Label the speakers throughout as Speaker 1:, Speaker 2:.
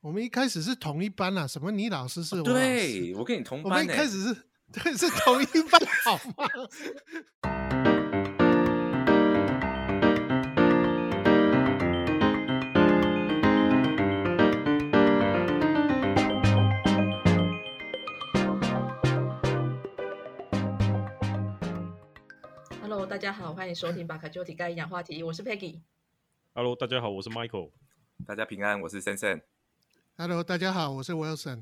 Speaker 1: 我们一开始是同一班啊，什么你老师是我老师？
Speaker 2: 对，我跟你同班。
Speaker 1: 我们一开始是同一班，好吗
Speaker 3: ？Hello， 大家好，欢迎收听巴卡丘提盖营养话题，我是 Peggy。
Speaker 4: Hello， 大家好，我是 Michael。
Speaker 2: 大家平安，我是 Sen。
Speaker 1: Hello， 大家好，我是 Wilson。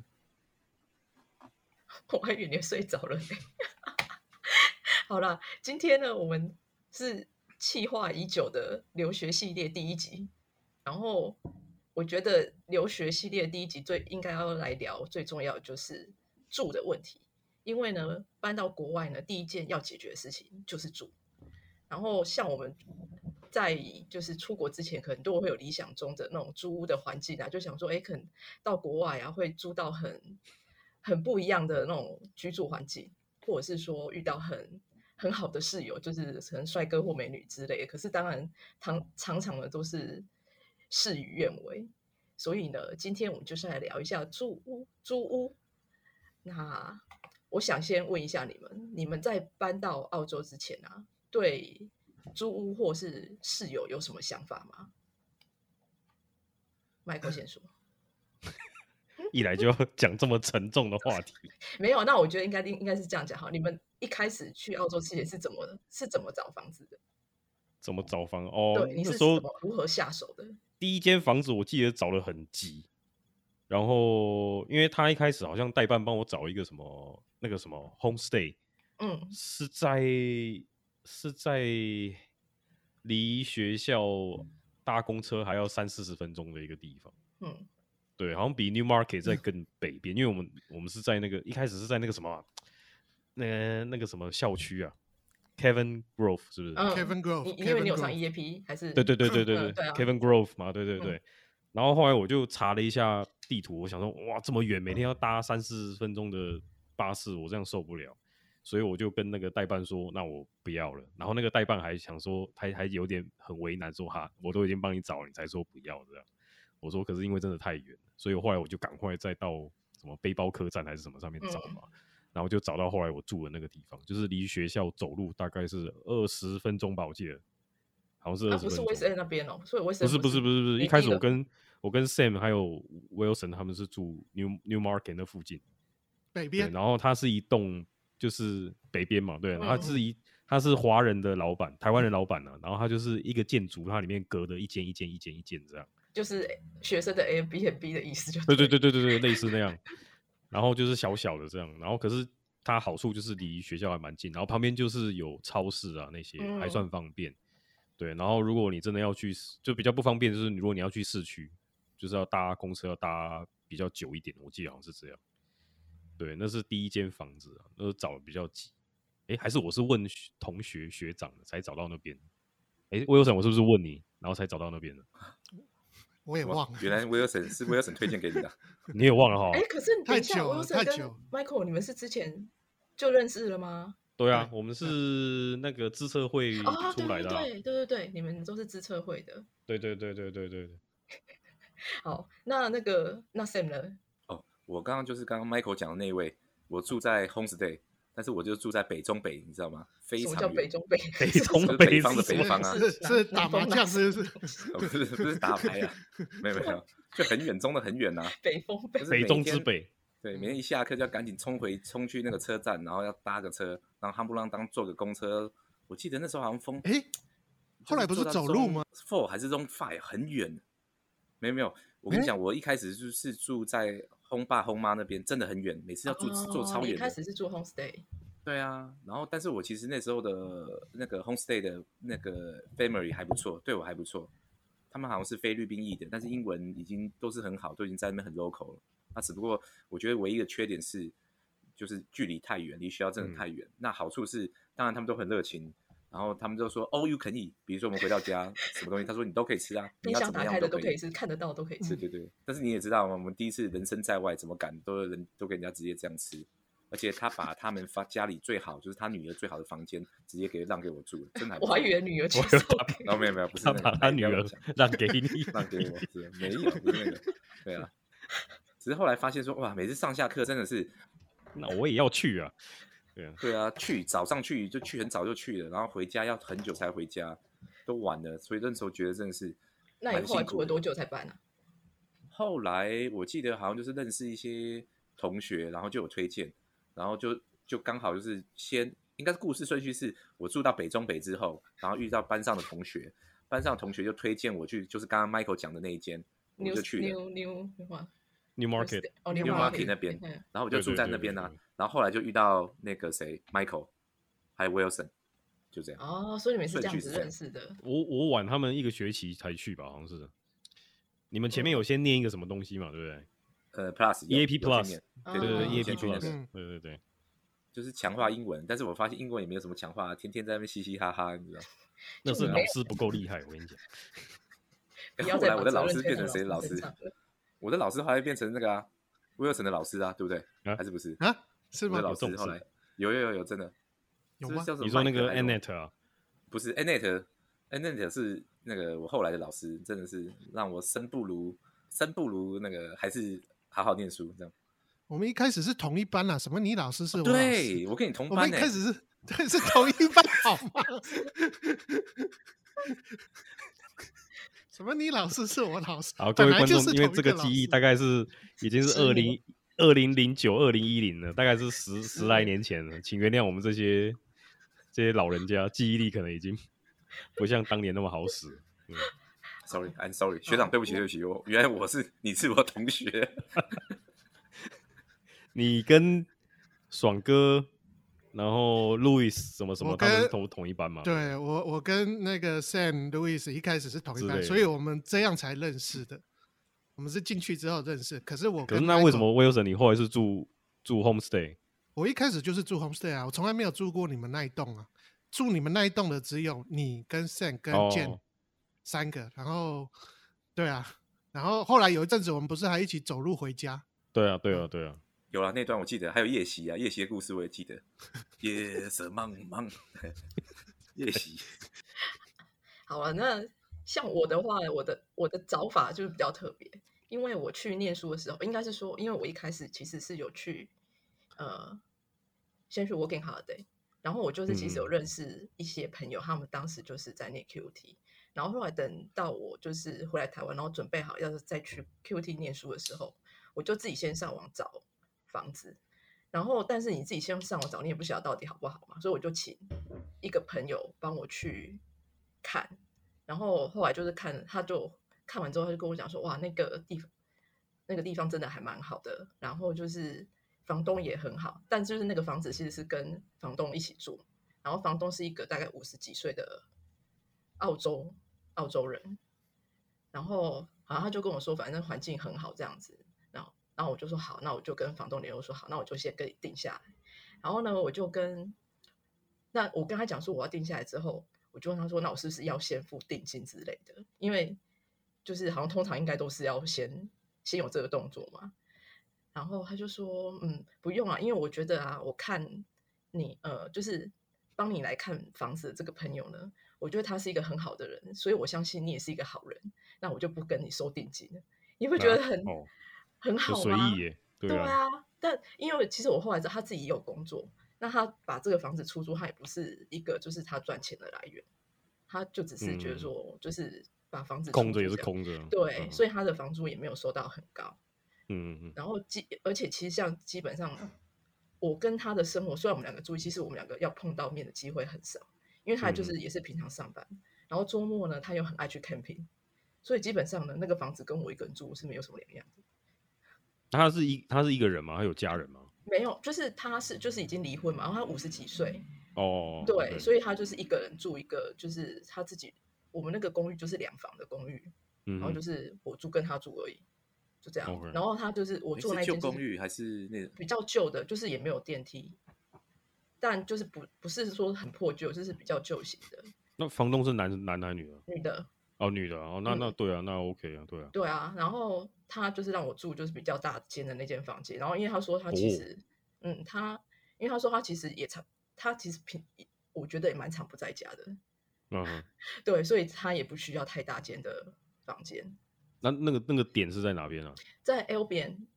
Speaker 3: 我还以为你睡着了呢。好啦，今天呢，我们是企划已久的留学系列第一集。然后我觉得留学系列第一集应该要来聊最重要的就是住的问题，因为呢，搬到国外呢，第一件要解决的事情就是住。然后像我们在就是出国之前，可能都会有理想中的那种租屋的环境啊，就想说，可能到国外啊会租到很不一样的那种居住环境，或者是说遇到很好的室友，就是可能帅哥或美女之类的。可是当然常常的都是事与愿违。所以呢，今天我们就是来聊一下租屋。那我想先问一下你们在搬到澳洲之前啊，对租屋或是室友有什么想法吗？Michael 先说。
Speaker 4: 一来就要讲这么沉重的话题。
Speaker 3: 没有，那我觉得应该是这样讲好。你们一开始去澳洲之前是怎么找房子的？
Speaker 4: 怎么找房哦？
Speaker 3: 对，你是如何下手的？
Speaker 4: 第一间房子我记得找得很急，然后因为他一开始好像代办帮我找一个什么那个什么 homestay， 是在离学校搭公车还要30-40分钟的一个地方。对，好像比 Newmarket 在更北边，因为我们是在那个一开始是在那个什么那个什么校区啊 ，Kevin Grove 是不是
Speaker 1: ？Kevin Grove，
Speaker 3: 因为你有上 EAP 还是？
Speaker 4: 对
Speaker 3: ，Kevin
Speaker 4: Grove 嘛，对。然后后来我就查了一下地图，我想说哇这么远，每天要搭30-40分钟的巴士，我这样受不了，所以我就跟那个代办说，那我不要了。然后那个代办还想说，还有点很为难，说哈，我都已经帮你找了，你才说不要这样。我说可是因为真的太远了，所以后来我就赶快再到什么背包客栈还是什么上面找嘛，然后就找到后来我住的那个地方，就是离学校走路大概是20分钟吧，我记得好像是20分钟。
Speaker 3: 不是威斯恩那边哦，所以威斯
Speaker 4: 恩不是，一开始我跟 Sam 还有 Wilson 他们是住 Newmarket 那附近
Speaker 1: 北边，
Speaker 4: 然后它是一栋就是北边嘛，对，然后他是华人的老板，台湾人老板啊，然后他就是一个建筑，它里面隔的一间这样。
Speaker 3: 就是学生的 Airbnb 的意思就
Speaker 4: 对，类似那样。然后就是小小的这样，然后可是它好处就是离学校还蛮近，然后旁边就是有超市啊那些，还算方便。对，然后如果你真的要去，就比较不方便，就是如果你要去市区，就是要搭公车要搭比较久一点，我记得好像是这样。对，那是第一间房子啊，那找的比较急。还是我是问同学学长的才找到那边。Wilson 我是不是问你，然后才找到那边的？
Speaker 1: 我也忘了，
Speaker 2: 原来 Wilson 推荐给你的，
Speaker 4: 你也忘了哈？
Speaker 3: 可是等一下，Wilson 跟 Michael 你们是之前就认识了吗？
Speaker 4: 对啊，我们是那个资策会出来的
Speaker 3: 对，你们都是资策会的。
Speaker 4: 对。
Speaker 3: 好，那 Sam 呢？
Speaker 2: 我刚刚 Michael 讲的那一位，我住在 homestay。但是我就住在北中北，你知道吗？非常远。
Speaker 3: 什么叫北中北？
Speaker 4: 北中北
Speaker 2: 北方的北方啊，
Speaker 1: 是打麻将是不
Speaker 2: 是？不是打牌啊，没有，就很远，中的很远啊。
Speaker 4: 北中之北。
Speaker 2: 对，每天一下课就要赶紧冲去那个车站，然后要搭个车，然后夯不啷当坐个公车。我记得那时候好像风，
Speaker 1: 后来不是走路吗
Speaker 2: ？4 还是 Zone 5，很远。没有，我跟你讲，我一开始就是住在轰爸轰妈那边，真的很远，每次要坐超远的。
Speaker 3: 一开始是住 homestay。
Speaker 2: 对啊，然后但是我其实那时候的那个 homestay 的那个 family 还不错，对我还不错。他们好像是菲律宾裔的，但是英文已经都是很好，都已经在那边很 local 了。那只不过我觉得唯一的缺点是，就是距离太远，离学校真的太远。那好处是，当然他们都很热情。然后他们就说 ，all you can eat。比如说我们回到家，什么东西，他说你都可以吃啊，
Speaker 3: 你
Speaker 2: 要怎么样
Speaker 3: 都可以吃，看得到都可以吃。
Speaker 2: 对。但是你也知道，我们第一次人生在外，怎么敢都给人家直接这样吃。而且他把他们家里最好，就是他女儿最好的房间，直接让给我住了，真的还不错。
Speaker 3: 我还以为女儿去送给
Speaker 2: 你。没有，不是
Speaker 4: 他把他女儿让给你，
Speaker 2: 让给我，是没有，不是那个。对啊。 只是后来发现说，哇，每次上下课真的是，
Speaker 4: 那我也要去啊。
Speaker 2: 对啊，早上去就去很早就去了，然后回家要很久才回家，都晚了，所以那时候觉得真的是
Speaker 3: 那你后来
Speaker 2: 蛮辛苦的。
Speaker 3: 住了多久才搬啊？
Speaker 2: 后来我记得好像就是认识一些同学，然后就有推荐，然后就刚好就是应该是故事顺序是我住到北中北之后，然后遇到班上的同学，班上的同学就推荐我去，就是刚刚 Michael 讲的那一间，我就去了
Speaker 4: New Market，
Speaker 2: New Market 那边，然后我就住在那边啊，然后后来就遇到那个谁 Michael， 还有 Wilson， 就这样。
Speaker 3: 哦，所以你们是这样子认识的。
Speaker 4: 我晚他们1个学期才去吧，好像是。你们前面有先念一个什么东西嘛，对不对
Speaker 2: ？Plus
Speaker 4: EAP Plus，
Speaker 2: 对对对
Speaker 4: ，EAP Plus， 对对对，
Speaker 2: 就是强化英文，但是我发现英文也没有什么强化，天天在那边嘻嘻哈哈，你知道？
Speaker 4: 那是老师不够厉害，我跟你讲。
Speaker 2: 后来我的老师变成谁的老师？我的老师后来变成那个啊，Wilson 的老师啊，对不对？还是不是
Speaker 1: 啊？是吗？
Speaker 2: 我的老师后来有真的
Speaker 1: 有吗？
Speaker 4: 你说那个 Annette 啊？
Speaker 2: 不是 Annette 是那个我后来的老师，真的是让我生不如那个，还是好好念书这样。
Speaker 1: 我们一开始是同一班啊，什么你老师是我老师？
Speaker 2: 对，我跟你同班。
Speaker 1: 我们一开始是同一班，好吗？什么你老师是我老师？
Speaker 4: 好，各位观众，因为这个记忆大概是已经是2009、2010了，大概是十来年前了，请原谅我们这些老人家记忆力可能已经不像当年那么好使。
Speaker 2: I'm sorry， 学长，对不起，原来你是我同学。
Speaker 4: 你跟爽哥，然后 Louis 什么，他们是同一班嘛？
Speaker 1: 对，我跟那个 Sam、Louis 一开始是同一班，所以我们这样才认识的。我们是进去之后认识，可是
Speaker 4: 那为什么 Wilson 你后来是住 homestay？
Speaker 1: 我一开始就是住 homestay 啊，我从来没有住过你们那一栋啊。住你们那一栋的只有你跟 Sam 跟 Jen 3个，然后对啊，然后后来有一阵子我们不是还一起走路回家？
Speaker 4: 对啊。
Speaker 2: 有啦，那段我记得，还有夜袭啊，夜袭的故事我也记得。夜色茫茫，夜袭。
Speaker 3: 好了，那像我的话，我的找法就是比较特别，因为我去念书的时候，应该是说，因为我一开始其实是有去先去 working holiday， 然后我就是其实有认识一些朋友，他们当时就是在念 QT， 然后后来等到我就是回来台湾，然后准备好要是再去 QT 念书的时候，我就自己先上网找房子，然后但是你自己先上网找，你也不晓得到底好不好嘛，所以我就请一个朋友帮我去看，然后后来就是他就看完之后，他就跟我讲说，哇，那个地方真的还蛮好的，然后就是房东也很好，但就是那个房子其实是跟房东一起住，然后房东是一个大概50几岁的澳洲人，然后好像他就跟我说，反正环境很好这样子。然后我就说好，那我就跟房东联络说好，那我就先跟你定下来。然后呢，我跟他讲说我要定下来之后，我就问他说，那我是不是要先付定金之类的？因为就是好像通常应该都是要先有这个动作嘛。然后他就说，不用啊，因为我觉得啊，我看你就是帮你来看房子的这个朋友呢，我觉得他是一个很好的人，所以我相信你也是一个好人，那我就不跟你收定金了。你会觉得很好吗？
Speaker 4: 随意耶，
Speaker 3: 对啊。但因为其实我后来知道他自己也有工作，那他把这个房子出租，他也不是一个就是他赚钱的来源，他就只是觉得说，就是把房子
Speaker 4: 空着也是空着，
Speaker 3: 对，所以他的房租也没有收到很高。然后而且其实像基本上我跟他的生活，虽然我们2个住，其实我们2个要碰到面的机会很少，因为他就是也是平常上班，然后周末呢他又很爱去 camping， 所以基本上呢那个房子跟我一个人住是没有什么两样的。
Speaker 4: 他是一个人吗？他有家人吗？
Speaker 3: 没有，就是他就是已经离婚嘛，然后他50几岁
Speaker 4: 对，
Speaker 3: 所以他就是一个人住一个，就是他自己，我们那个公寓就是2房的公寓，然后就是我住跟他住而已，就这样。然后他就是我住那间
Speaker 2: 旧公寓还是那种
Speaker 3: 比较旧的，就是也没有电梯，但就是不是说很破旧，就是比较旧型的。
Speaker 4: 那房东是男还是女的？
Speaker 3: 女的。
Speaker 4: 女的那对啊，那 OK 啊，对啊。
Speaker 3: 对啊，然后他就是让我住就是比较大间的那间房间，然后因为他说他其实，因为他说他其实我觉得也蛮常不在家的，对，所以他也不需要太大间的房间。
Speaker 4: 那个点是在哪边啊？
Speaker 3: 在 L 边，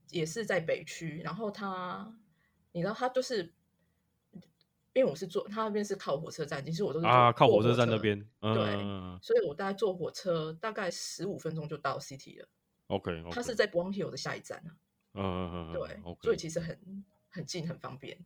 Speaker 3: 也是在北区，然后你知道他就是因为我是他那边是靠火车站，其实我都是
Speaker 4: 靠火
Speaker 3: 车
Speaker 4: 车站那边，
Speaker 3: 对，所以我大概坐火车大概15分钟就到 City 了。
Speaker 4: OK，
Speaker 3: 它是在 Bond Hill 的下一站
Speaker 4: 啊。
Speaker 3: 对，
Speaker 4: OK，
Speaker 3: 所以其实很近，很方便。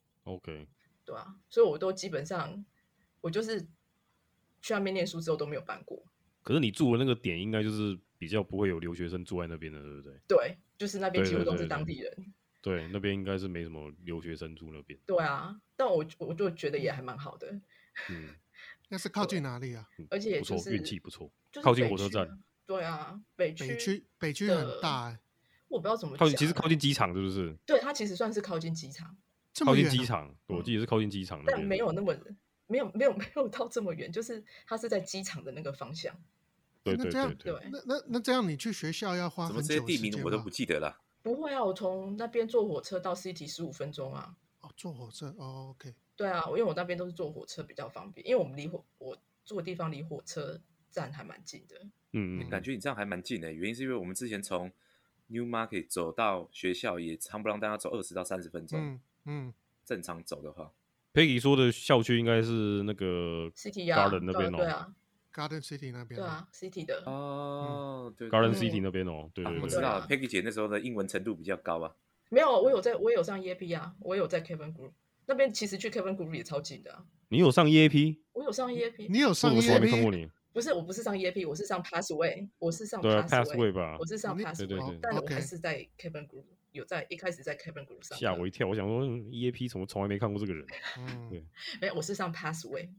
Speaker 4: OK，
Speaker 3: 对啊，所以我都基本上我就是去那边念书之后都没有搬过。
Speaker 4: 可是你住的那个点应该就是比较不会有留学生住在那边的，对不对？
Speaker 3: 对，就是那边几乎都是当地人。
Speaker 4: 对，那边应该是没什么留学生住那边。
Speaker 3: 对啊，但我就觉得也还蛮好的。
Speaker 1: 那是靠近哪里啊？
Speaker 3: 而且就是
Speaker 4: 运气不错，
Speaker 3: 就是
Speaker 4: 靠近火车站。
Speaker 3: 对啊，北区
Speaker 1: 很大
Speaker 3: 我不知道怎么讲。
Speaker 4: 其实靠近机场是不是？
Speaker 3: 对，它其实算是靠近机场。
Speaker 4: 靠近机场，我记得是靠近机场那边，
Speaker 3: 但没有那么没有到这么远，就是它是在机场的那个方向。
Speaker 4: 对。
Speaker 1: 那这样你去学校要花很久的时间吧？
Speaker 2: 怎么这些地名我都不记得了？
Speaker 3: 不会啊，我从那边坐火车到 City 15分钟啊。
Speaker 1: 坐火车OK。
Speaker 3: 对啊，因为我那边都是坐火车比较方便，因为我们我住的地方离火车站还蛮近的。
Speaker 2: 感觉你这样还蛮近的，原因是因为我们之前从 Newmarket 走到学校也常不让大家走20到30分钟。正常走的话。
Speaker 4: Peggy 说的校区应该是那个
Speaker 3: City
Speaker 4: Garden 那边
Speaker 3: 对啊。
Speaker 1: Garden City 那边。
Speaker 3: 对啊 ，City 的。
Speaker 2: 对
Speaker 4: ，Garden City 那边对。
Speaker 2: 我知道 Peggy 姐那时候的英文程度比较高啊。
Speaker 3: 没有，我有上 EAP 啊，我有在 Kevin Group 那边，其实去 Kevin Group 也超近的啊。
Speaker 4: 你有上 EAP？
Speaker 3: 我有上 EAP。
Speaker 1: 你有上 EAP？
Speaker 4: 我从来没看过你。
Speaker 3: 不是，我不是上 EAP， 我是上 Passway， 我是上
Speaker 4: Passway 吧？
Speaker 3: 我是上 Passway，
Speaker 4: 对，
Speaker 3: 但我还是在 Kevin Group 一开始在 Kevin Group 上。
Speaker 4: 吓我一跳，我想说 EAP 怎么从来没看过这个人？对，
Speaker 3: 没有，我是上 Passway。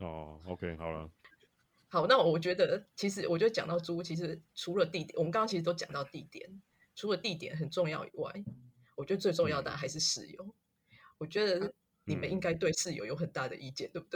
Speaker 4: OK， 好了。
Speaker 3: 好，那我觉得其实我觉得讲到租，其实除了地点，我们刚刚其实都讲到地点，除了地点很重要以外，我觉得最重要的还是室友。我觉得你们应该对室友有很大的意见，对不对？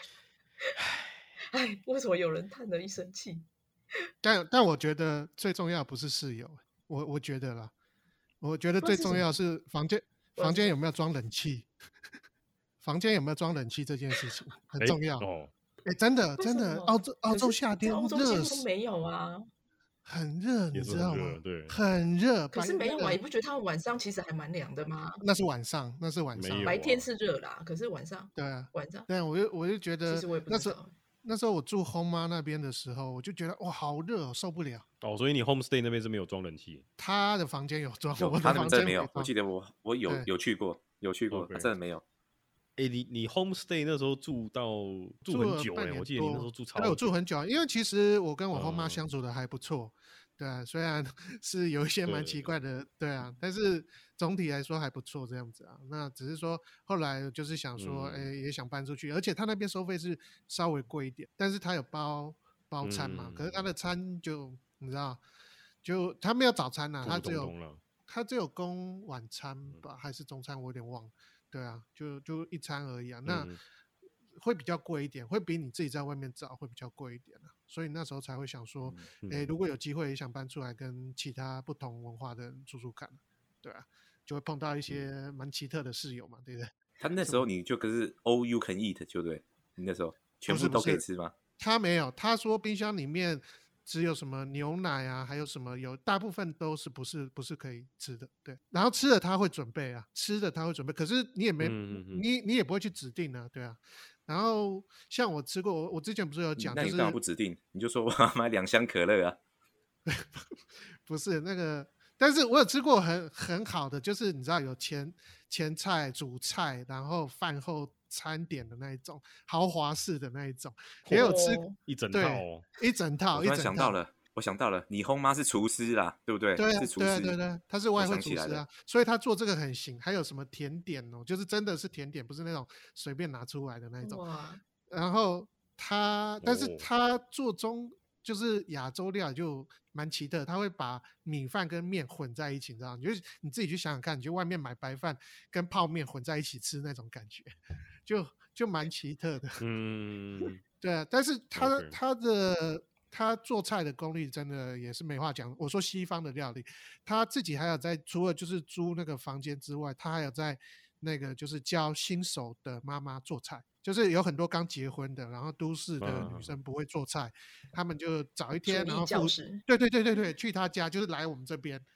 Speaker 3: 哎，为什么有人叹了一声气？
Speaker 1: 但我觉得最重要不是室友，我觉得啦，我觉得最重要是房间有没有装冷气，房间有没有装冷气这件事情很重要。真的，澳洲夏天热死，
Speaker 3: 没有啊，
Speaker 1: 很热，你知道吗？
Speaker 4: 对，
Speaker 1: 很热。
Speaker 3: 可是没有啊，你不觉得他们晚上其实还蛮凉的吗？
Speaker 1: 那是晚上，
Speaker 3: 白天是热啦，可是晚上。
Speaker 1: 对啊，
Speaker 3: 晚上。
Speaker 1: 对，我就觉得，
Speaker 3: 其实我也不知道。
Speaker 1: 那时候我住 home 妈那边的时候，我就觉得哇，好热，受不了。
Speaker 4: 所以你 homestay 那边是没有装冷气？
Speaker 1: 他的房间有装，我
Speaker 2: 他那边真的
Speaker 1: 没
Speaker 2: 有。我记得我有去过，他真的没有。
Speaker 4: 你 homestay 那时候住很久我记得你那时候住超久。
Speaker 1: 对，我住很久，因为其实我跟我 home 妈相处的还不错。对啊，虽然是有一些蛮奇怪的，对啊，但是总体来说还不错这样子啊。那只是说后来就是想说，也想搬出去，而且他那边收费是稍微贵一点，但是他有包餐嘛，可是他的餐就你知道，就他没有早餐啊，他只有供晚餐吧，还是中餐，我有点忘了。对啊，就一餐而已啊，那会比较贵一点，会比你自己在外面找会比较贵一点啊。所以那时候才会想说，如果有机会也想搬出来跟其他不同文化的人住住看，对啊，就会碰到一些蛮奇特的室友嘛，对不对？
Speaker 2: 他那时候你就可是 all you can eat， 就对，你那时候全部都可以吃吗？
Speaker 1: 他没有，他说冰箱里面只有什么牛奶啊，还有什么大部分都是不是可以吃的，对。然后吃的他会准备啊，可是你也没你也不会去指定啊，对啊。然后像我吃过，我之前不是有讲，
Speaker 2: 那你干嘛不指定？你就说我要买2箱可乐啊。
Speaker 1: 不是那个，但是我有吃过很好的，就是你知道有前菜、主菜，然后饭后餐点的那一种豪华式的那一种，也有吃
Speaker 4: 一整套哦，
Speaker 1: 一整套。
Speaker 2: 我突然想到了，你轰妈是厨师啦，对不对？
Speaker 1: 对啊，
Speaker 2: 是厨师，
Speaker 1: 对，他是外汇厨师啊，所以他做这个很行。还有什么甜点哦，就是真的是甜点，不是那种随便拿出来的那一种。然后但是他做就是亚洲料就蛮奇特，他会把米饭跟面混在一起，你知道吗？你自己去想想看，你去外面买白饭跟泡面混在一起吃那种感觉，就蛮奇特的。对啊，但是他做菜的功力真的也是没话讲。我说西方的料理，他自己还有除了就是租那个房间之外，他还有在那个就是教新手的妈妈做菜。就是有很多刚结婚的，然后都市的女生不会做菜，他们就找一天，然后对，去他家，就是来我们这边，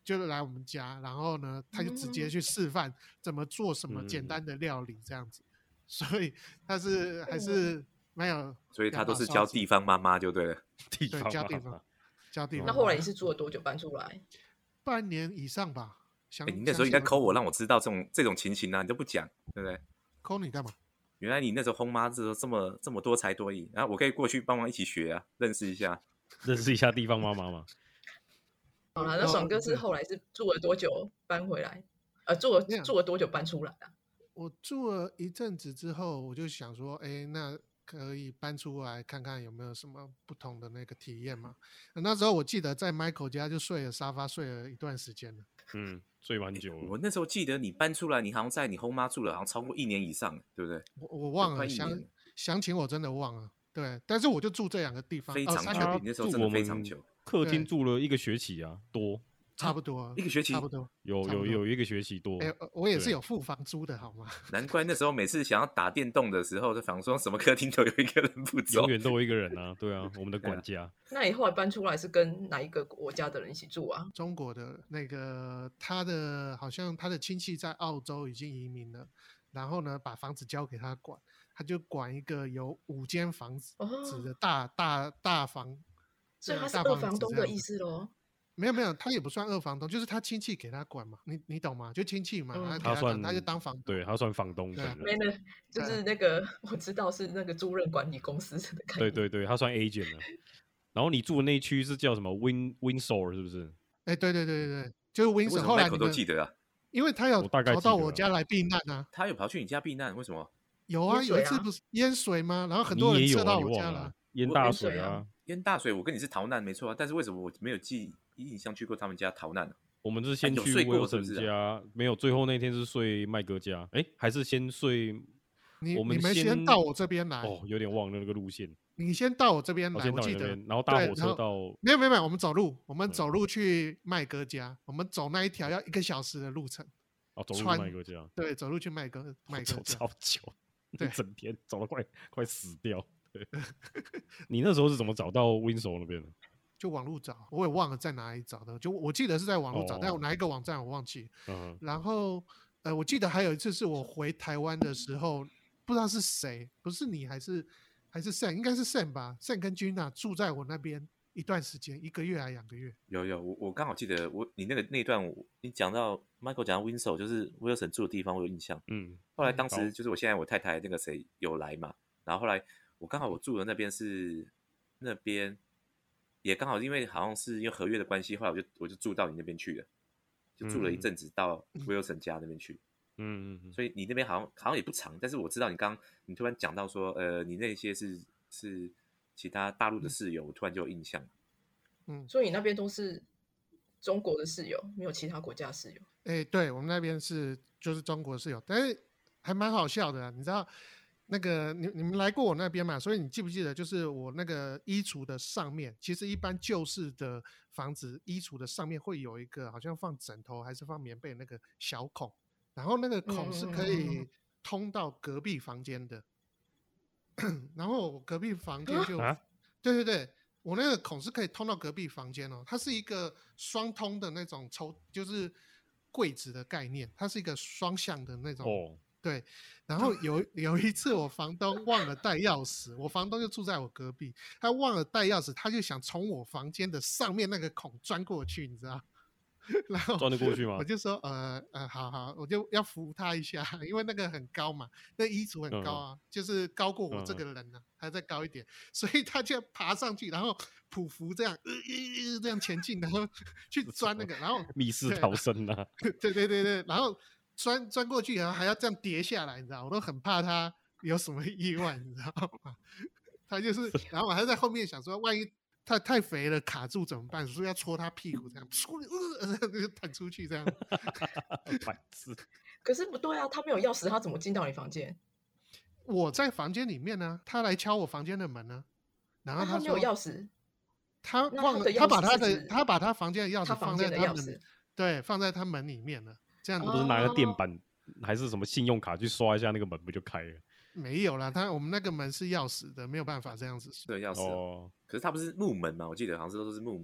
Speaker 1: 就来我们家，然后呢，他就直接去示范怎么做什么简单的料理这样子，所以他是还是蛮有，
Speaker 2: 所以他都是教地方妈妈就对了。
Speaker 4: 地
Speaker 1: 对，
Speaker 4: 方妈妈
Speaker 1: 教地方，教地方。
Speaker 3: 那后来你是住了多久搬出来？
Speaker 1: 半年以上吧。
Speaker 2: 你那时候应该call我，让我知道这种情形啊，你都不讲，对不对
Speaker 1: ？call你干嘛？
Speaker 2: 原来你那时候轰妈这么多才多艺，然后我可以过去帮忙一起学啊，认识一下
Speaker 4: 地方妈妈嘛。
Speaker 3: 好了，那爽哥是后来是住了多久搬回来？住了多久搬出来啊？
Speaker 1: 我住了一阵子之后，我就想说，那可以搬出来看看有没有什么不同的那个体验嘛。那时候我记得在 Michael 家就睡了沙发，睡了一段时间了。
Speaker 4: 睡蛮久了。
Speaker 2: 我那时候记得你搬出来，你好像在你轰妈住了，好像超过1年以上，对不对？
Speaker 1: 我忘了，详情我真的忘了。对，但是我就住这2个地方，
Speaker 2: 非常久。你那时候真的非常久，
Speaker 4: 客厅住了1个学期啊，多。
Speaker 1: 差不多
Speaker 2: 1个学期，
Speaker 1: 差不多
Speaker 4: 有1个学期多。
Speaker 1: 我也是有付房租的好吗？
Speaker 2: 难怪那时候每次想要打电动的时候，就想说什么客厅都有一个人不走，
Speaker 4: 永远都有一个人啊。对啊，我们的管家。
Speaker 3: 那你后来搬出来是跟哪一个国家的人一起住啊？
Speaker 1: 中国的那个，好像他的亲戚在澳洲已经移民了，然后呢把房子交给他管，他就管一个有5间房子的大房，
Speaker 3: 所以他是2房东的意思咯。
Speaker 1: 没有，他也不算2房东，就是他亲戚给他管嘛，你懂吗？就亲戚嘛，他就当房东，
Speaker 4: 对，他算房东。
Speaker 3: 没，就是那个我知道是那个租赁管理公司的概念。
Speaker 4: 对，他算 agent 了。然后你住的那一区是叫什么 Windsor 是不是？
Speaker 1: 对，就是 Windsor。后来
Speaker 2: 我都记得啊，
Speaker 1: 因为他有跑到我家来避难啊。
Speaker 2: 他有跑去你家避难，为什么？
Speaker 1: 有啊，有一次不是淹水吗？然后很多人撤到我家了。
Speaker 4: 淹大水啊！
Speaker 2: 淹大水，我跟你是逃难没错啊，但是为什么我没有印象去过他们家逃难呢？
Speaker 4: 我们是先去Wilson家，没有，最后那天是睡麦哥家，还是先睡？
Speaker 1: 你们先到我这边来。
Speaker 4: 有点忘了那个路线。
Speaker 1: 你先到我这边来，我记得。
Speaker 4: 然后搭火车到。
Speaker 1: 没有，我们走路去麦哥家，我们走那一条要1个小时的路程。
Speaker 4: 走路去麦哥家。
Speaker 1: 对，走路去麦哥家。
Speaker 4: 走超久，一整天走得快死掉。你那时候是怎么找到 Windsor 那边的？
Speaker 1: 就网络找，我也忘了在哪里找的，就我记得是在网络找，但我哪一个网站我忘记。然后我记得还有一次是我回台湾的时候，不知道是谁，不是你还是 Sam， 应该是 Sam 吧 ，Sam 跟 Gina 住在我那边一段时间，1个月还2个月。
Speaker 2: 有，我刚好记得你那段，你讲到 Michael 讲到 Windsor， 就是 Wilson 住的地方，我有印象。后来当时就是我太太那个谁有来嘛，然后后来我刚好我住的那边也刚好因为好像是因为合约的关系，后来我就住到你那边去了，就住了一阵子到 Wilson 家那边去。所以你那边好像也不长，但是我知道你突然讲到说，你那些是其他大陆的室友，我突然就有印象。
Speaker 3: 所以你那边都是中国的室友，没有其他国家的室友？
Speaker 1: 对，我们那边就是中国室友，但是还蛮好笑的你知道。那个你们来过我那边嘛？所以你记不记得，就是我那个衣橱的上面，其实一般旧式的房子衣橱的上面会有一个好像放枕头还是放棉被那个小孔，然后那个孔是可以通到隔壁房间的。然后我隔壁房间就，对，我那个孔是可以通到隔壁房间哦，它是一个双通的那种就是柜子的概念，它是一个双向的那种。对，然后有一次我房东忘了带钥匙，我房东就住在我隔壁，他忘了带钥匙，他就想从我房间的上面那个孔钻过去，你知道？然后
Speaker 4: 钻得过去吗？
Speaker 1: 我就说好，我就要扶他一下，因为那个很高嘛，那衣橱很高啊，就是高过我这个人啊，还再高一点，所以他就爬上去，然后匍匐这样这样前进，然后去钻那个，然后
Speaker 4: 密室逃生啊。
Speaker 1: 对，然后。钻过去，然后还要这样跌下来，你知道，我都很怕他有什么意外，你知道吗？他就是，然后我还在后面想说，万一他太肥了卡住怎么办？所以要戳他屁股，这样就弹出去这样。
Speaker 4: 白痴。
Speaker 3: 可是不对啊，他没有钥匙，他怎么进到你房间？
Speaker 1: 我在房间里面呢，他来敲我房间的门呢，然后
Speaker 3: 他没有钥匙，
Speaker 1: 他忘了，他把他房间的钥匙放在他门，对，放在他门里面了。这样
Speaker 4: 不是拿个电板还是什么信用卡去刷一下那个门不就开了？
Speaker 1: 没有啦，我们那个门是钥匙的，没有办法这样子。
Speaker 2: 对，钥匙。可是它不是木门嘛？我记得好像都是木门。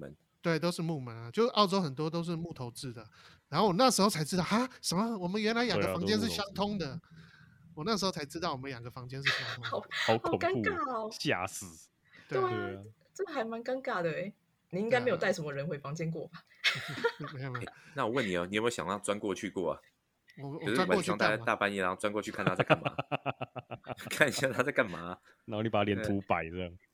Speaker 1: 对，都是木门啊，就澳洲很多都是木头制的。然后我那时候才知道，哈，什么？我们原来2个房间是相通的。我那时候才知道，我们2个房间是相通的。
Speaker 4: 好恐怖，
Speaker 3: 尴尬哦，
Speaker 4: 吓死！
Speaker 3: 对啊，这还蛮尴尬的哎。你应该没有带什么人回房间过吧？
Speaker 1: 没有。
Speaker 2: 那我问你哦，你有没有想要钻过去过啊？
Speaker 1: 我钻过去干嘛？
Speaker 2: 大半夜然后钻过去看他在干嘛，看一下他在干嘛，
Speaker 4: 然后你把脸涂白这样。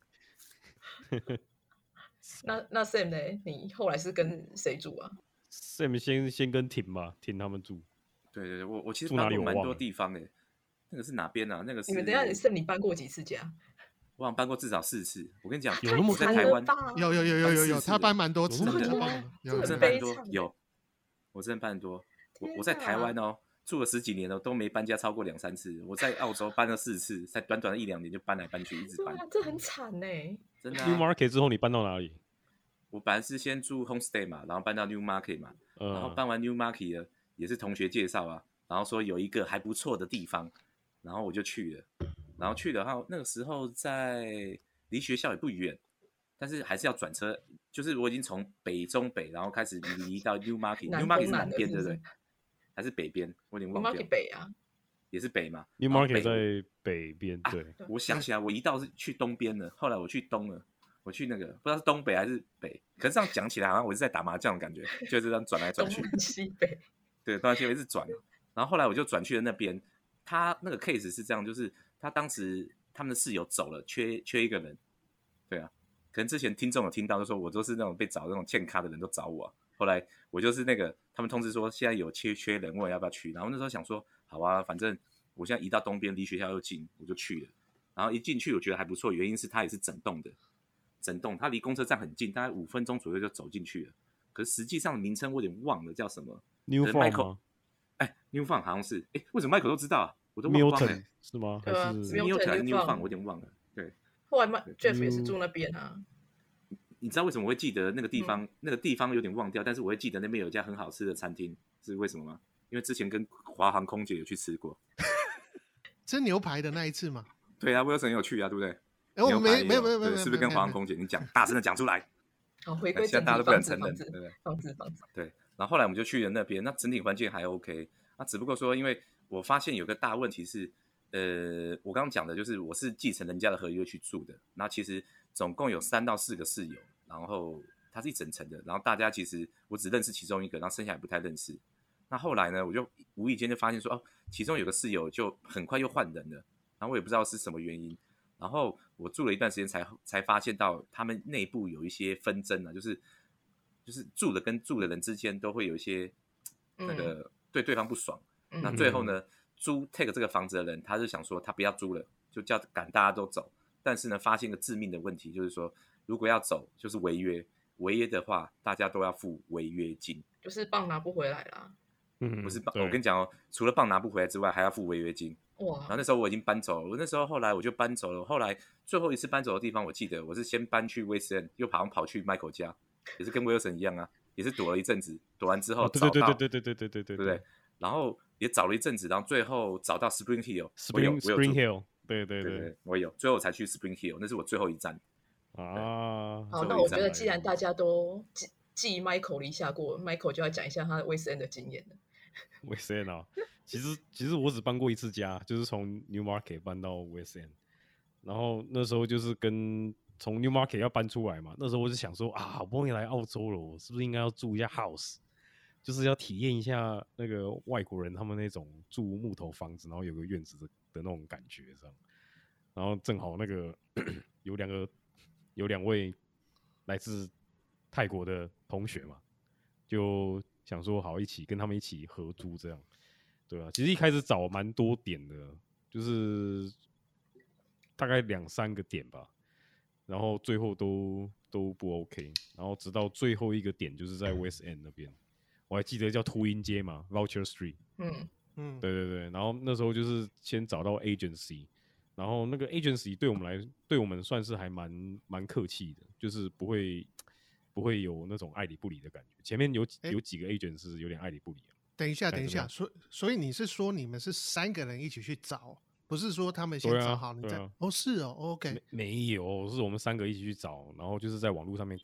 Speaker 3: 那 Sam 呢？你后来是跟谁住啊
Speaker 4: ？Sam 先跟婷吧，婷他们住。
Speaker 2: 对，我其实搬过蛮多地方的。那个是哪边啊？那个是
Speaker 3: 你们等一下，Sam 你搬过几次家？
Speaker 2: 我好像搬过至少4次。我跟你讲，
Speaker 4: 有那么
Speaker 2: 在台湾
Speaker 1: 有，他搬蛮多次的，
Speaker 2: 有真的搬多，有，我真的搬很多。我在台湾哦，住了10几年了，都没搬家超过2、3次。我在澳洲搬了4次，才短短的1、2年就搬来搬去，一直搬。
Speaker 3: 这很惨呢。
Speaker 2: 真的。
Speaker 4: Newmarket 之后你搬到哪里？
Speaker 2: 我本来是先住 Homestay 嘛，然后搬到 Newmarket 嘛，然后搬完 Newmarket 了，也是同学介绍啊，然后说有一个还不错的地方，然后我就去了。然后去的话，那个时候在离学校也不远，但是还是要转车，就是我已经从北中北，然后开始移到 Newmarket 是南边对不对？还是北边？我有点忘掉。
Speaker 3: Newmarket 北啊，
Speaker 2: 也是北嘛。
Speaker 4: Newmarket 在北边，对。
Speaker 2: 我想起来，我移到是去东边了，后来我去东了，我去那个不知道是东北还是北，可是这样讲起来好像我是在打麻将的感觉，就是这样转来转去，
Speaker 3: 东南西北。
Speaker 2: 对，东南西北是转，然后后来我就转去了那边。他那个 case 是这样，就是他当时他们的室友走了，缺一个人，对啊，可能之前听众有听到，就说我都是那种被找那种欠咖的人都找我啊。后来我就是那个他们通知说现在有缺人，问我要不要去，然后那时候想说好啊，反正我现在移到东边，离学校又近，我就去了。然后一进去我觉得还不错，原因是它也是整栋的，它离公车站很近，大概5分钟左右就走进去了。可是实际上名称我有点忘了叫什么
Speaker 4: ，New Farm 吗
Speaker 2: ？New Farm 好像是，为什么 Michael 都知道啊？我都忘光了，
Speaker 4: 是吗？
Speaker 3: 对啊
Speaker 2: Milton 还是 New Farm 我有点忘了。对，
Speaker 3: 后来 Jeff 也是住那边啊。
Speaker 2: 你知道为什么我会记得那个地方？那个地方有点忘掉，但是我会记得那边有一家很好吃的餐厅，是为什么吗？因为之前跟华航空姐有去吃过，
Speaker 1: 吃牛排的那一次嘛。
Speaker 2: 对啊，Wilson 有去啊，对不对？
Speaker 1: 我没有，
Speaker 2: 是不是跟华航空姐？你讲大声的讲出来。
Speaker 3: 好，回归
Speaker 2: 现在大家都不敢承认，
Speaker 3: 对不对？房子。
Speaker 2: 对，然后后来我们就去了那边，那整体环境还 OK。那只不过说，因为我发现有个大问题是，我刚刚讲的就是我是继承人家的合约去住的，然后其实总共有3到4个室友，然后它是一整层的，然后大家其实我只认识其中一个，然后剩下也不太认识。那后来呢，我就无意间就发现说，其中有个室友就很快又换人了，然后我也不知道是什么原因。然后我住了一段时间才发现到他们内部有一些纷争啊，就是住的跟住的人之间都会有一些那个对对方不爽。那最后呢，take 这个房子的人他是想说他不要租了，就叫赶大家都走。但是呢，发现个致命的问题，就是说如果要走就是违约，违约的话大家都要付违约金，
Speaker 3: 就是棒拿不回来啦。
Speaker 2: 不是棒，我跟你讲除了棒拿不回来之外，还要付违约金。
Speaker 3: 哇！
Speaker 2: 然后那时候我已经搬走了，我那时候后来我就搬走了。后来最后一次搬走的地方，我记得我是先搬去威斯恩，又跑去 Michael 家，也是跟 Wilson 一样啊，也是躲了一阵子，躲完之后找到，对不对？然后也找了一阵子，然后最后找到 Spring Hill，Spring
Speaker 4: Hill， 对，
Speaker 2: 我有，最后才去 Spring Hill， 那是我最后一站
Speaker 4: 啊。
Speaker 3: 好，那我觉得既然大家都记 Michael 一下过 ，Michael 就要讲一下他的威斯恩的经验了。
Speaker 4: 威斯恩啊，其实我只搬过1次家，就是从 Newmarket 搬到威斯恩，然后那时候就是从 Newmarket 要搬出来嘛，那时候我就想说好不容易来澳洲了，我是不是应该要住一下 house， 就是要体验一下那个外国人他们那种住木头房子，然后有个院子的那种感觉这样。然后正好那个有2位来自泰国的同学嘛，就想说好跟他们一起合租这样，对啊，其实一开始找蛮多点的，就是大概2、3个点吧，然后最后都不 OK， 然后直到最后一个点就是在 West End 那边，我还记得叫秃鹰街嘛 ，Vulture Street， 对，然后那时候就是先找到 agency， 然后那个 agency 对我们算是还蛮客气的，就是不会有那种爱理不理的感觉。前面有几个 agent 是有点爱理不理。
Speaker 1: 等一下，所以你是说你们是3个人一起去找，不是说他们先找好你再？是哦 ，OK，
Speaker 4: 没有，是我们3个一起去找，然后就是在网络上面看，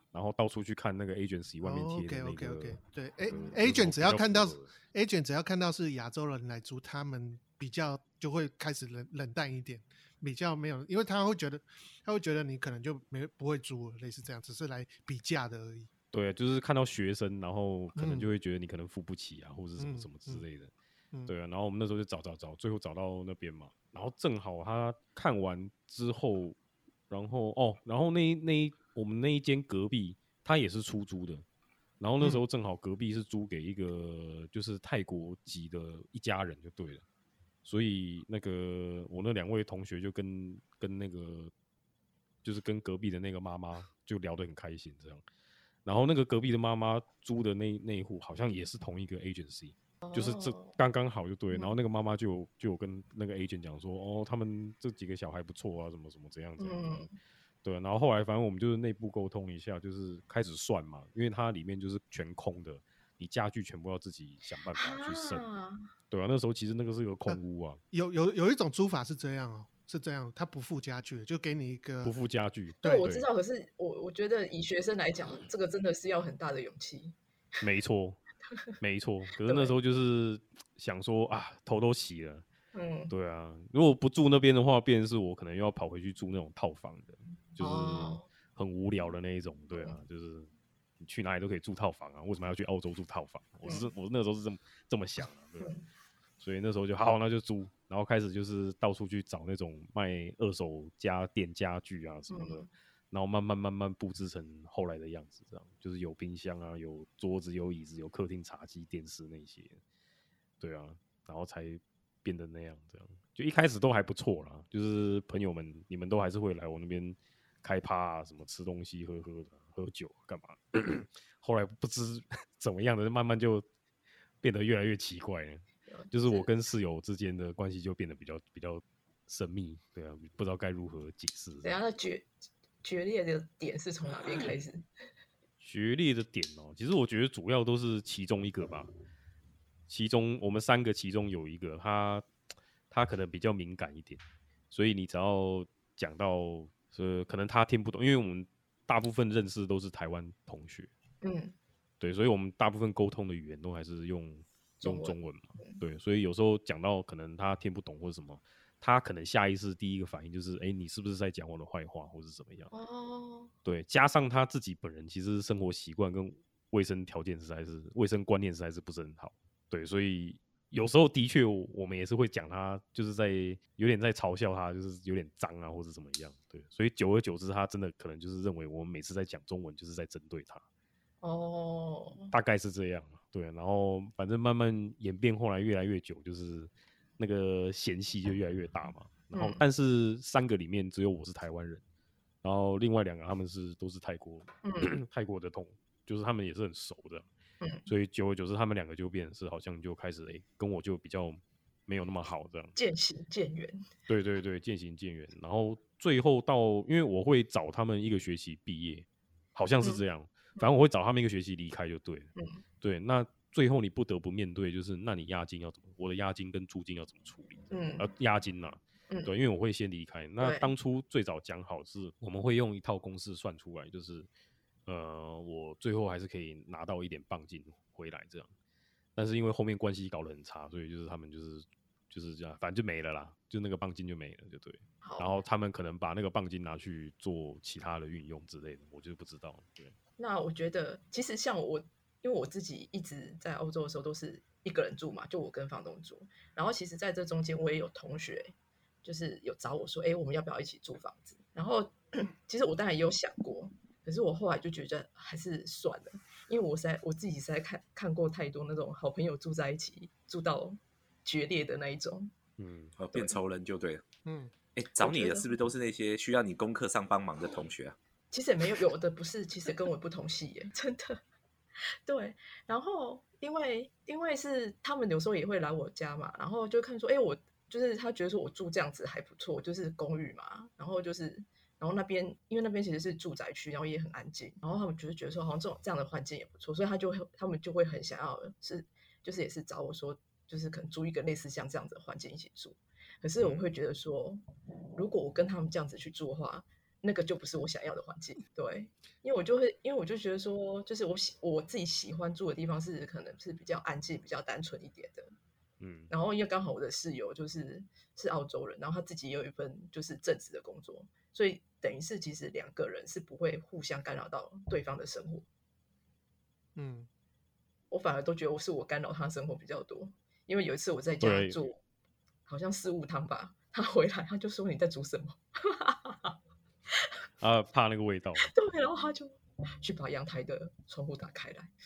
Speaker 4: 然后到处去看那个 agency 外面贴的那个。
Speaker 1: OK， 对
Speaker 4: ，agent
Speaker 1: 只要看到是亚洲人来租，他们比较就会开始冷淡一点，比较没有，因为他会觉得你可能就不会租，类似这样，只是来比价的而已。
Speaker 4: 对，就是看到学生，然后可能就会觉得你可能付不起啊，或者什么什么之类的。对啊，然后我们那时候就找，最后找到那边嘛。然后正好他看完之后，然后我们那一间隔壁他也是出租的，然后那时候正好隔壁是租给一个就是泰国籍的一家人就对了，所以那个我那2位同学就跟那个就是跟隔壁的那个妈妈就聊得很开心这样。然后那个隔壁的妈妈租的那一户好像也是同一个 agency，就是这刚刚好就对。然后那个妈妈就有跟那个 agent 讲说，哦，他们这几个小孩不错啊，什么什么怎样怎样。对，然后后来反正我们就是内部沟通一下，就是开始算嘛，因为它里面就是全空的，你家具全部要自己想办法去剩。对啊，那时候其实那个是个空屋啊。
Speaker 1: 有一种租法是这样哦。是这样，他不附家具，就给你一个
Speaker 4: 不附家具。
Speaker 3: 对，我知道。可是我觉得以学生来讲，这个真的是要很大的勇气。
Speaker 4: 没错，没错。可是那时候就是想说啊，头都洗了。对啊，如果不住那边的话，变成是我可能又要跑回去住那种套房的，就是很无聊的那一种。对啊，就是你去哪里都可以住套房啊，为什么要去澳洲住套房？我那时候是这么想的，对。所以那时候就好，那就租，然后开始就是到处去找那种卖二手家电家具啊什么的，然后慢慢布置成后来的样子，这样就是有冰箱啊，有桌子，有椅子，有客厅茶几、电视那些，对啊，然后才变得那样，这样就一开始都还不错啦，就是朋友们你们都还是会来我那边开趴啊，什么吃东西、喝的、喝酒干嘛，后来不知怎么样的，慢慢就变得越来越奇怪了。就是我跟室友之间的关系就变得比较神秘，对啊，不知道该如何解释。
Speaker 3: 等下，那决裂的点是从哪边开始？
Speaker 4: 决裂的点哦，其实我觉得主要都是其中一个吧。我们3个其中有一个，他可能比较敏感一点，所以你只要讲到可能他听不懂，因为我们大部分认识都是台湾同学，对，所以我们大部分沟通的语言都还是用中文嘛，对，所以有时候讲到可能他听不懂或者什么，他可能下意识第一个反应就是，你是不是在讲我的坏话，或是怎么样？对，加上他自己本人其实生活习惯跟卫生观念实在是不是很好，对，所以有时候的确我们也是会讲他，就是有点在嘲笑他，就是有点脏啊，或者怎么样，对，所以久而久之，他真的可能就是认为我们每次在讲中文就是在针对他。大概是这样，对，然后反正慢慢演变，后来越来越久，就是那个嫌隙就越来越大嘛。然后，但是3个里面只有我是台湾人，然后另外2个他们都是泰国，泰国的就是他们也是很熟的，所以久而久之，他们2个就变成是好像就开始跟我就比较没有那么好这样，
Speaker 3: 渐行渐远。对，
Speaker 4: 渐行渐远。然后最后因为我会找他们1个学期毕业，好像是这样。反正我会找他们1个学期离开就对了。对，那最后你不得不面对就是，那你押金要怎么？我的押金跟租金要怎么处理？押金啊，对，因为我会先离开。那当初最早讲好是，我们会用一套公式算出来，就是我最后还是可以拿到一点磅金回来这样。但是因为后面关系搞得很差，所以就是他们就是这样，反正就没了啦，就那个磅金就没了，就对。然后他们可能把那个磅金拿去做其他的运用之类的，我就不知道。对。
Speaker 3: 那我觉得，其实像我，因为我自己一直在欧洲的时候都是一个人住嘛，就我跟房东住。然后其实在这中间，我也有同学就是有找我说，我们要不要一起租房子？然后其实我当然也有想过，可是我后来就觉得还是算了，因为我自己实在看过太多那种好朋友住在一起住到决裂的那一种，
Speaker 2: 变仇人就对了。找你的是不是都是那些需要你功课上帮忙的同学啊？
Speaker 3: 其实也没有的不是，其实跟我不同系耶，真的。对，然后因为是他们有时候也会来我家嘛，然后就看说，我就是他觉得说我住这样子还不错，就是公寓嘛，然后那边因为那边其实是住宅区，然后也很安静，然后他们觉得说好像这样的环境也不错，所以他们就会很想要就是也是找我说，就是可能租一个类似像这样子的环境一起住。可是我会觉得说，如果我跟他们这样子去住的话， 那个就不是我想要的环境。对，因为我就觉得说，就是我自己喜欢住的地方是可能是比较安静、比较单纯一点的。然后因为刚好我的室友是澳洲人，然后他自己也有一份就是正职的工作，所以等于是其实2个人是不会互相干扰到对方的生活。我反而都觉得我干扰他生活比较多，因为有一次我在家做好像4、5汤吧，他回来他就说你在煮什么？
Speaker 4: 怕那个味道。
Speaker 3: 对，然后他就去把阳台的窗户打开来。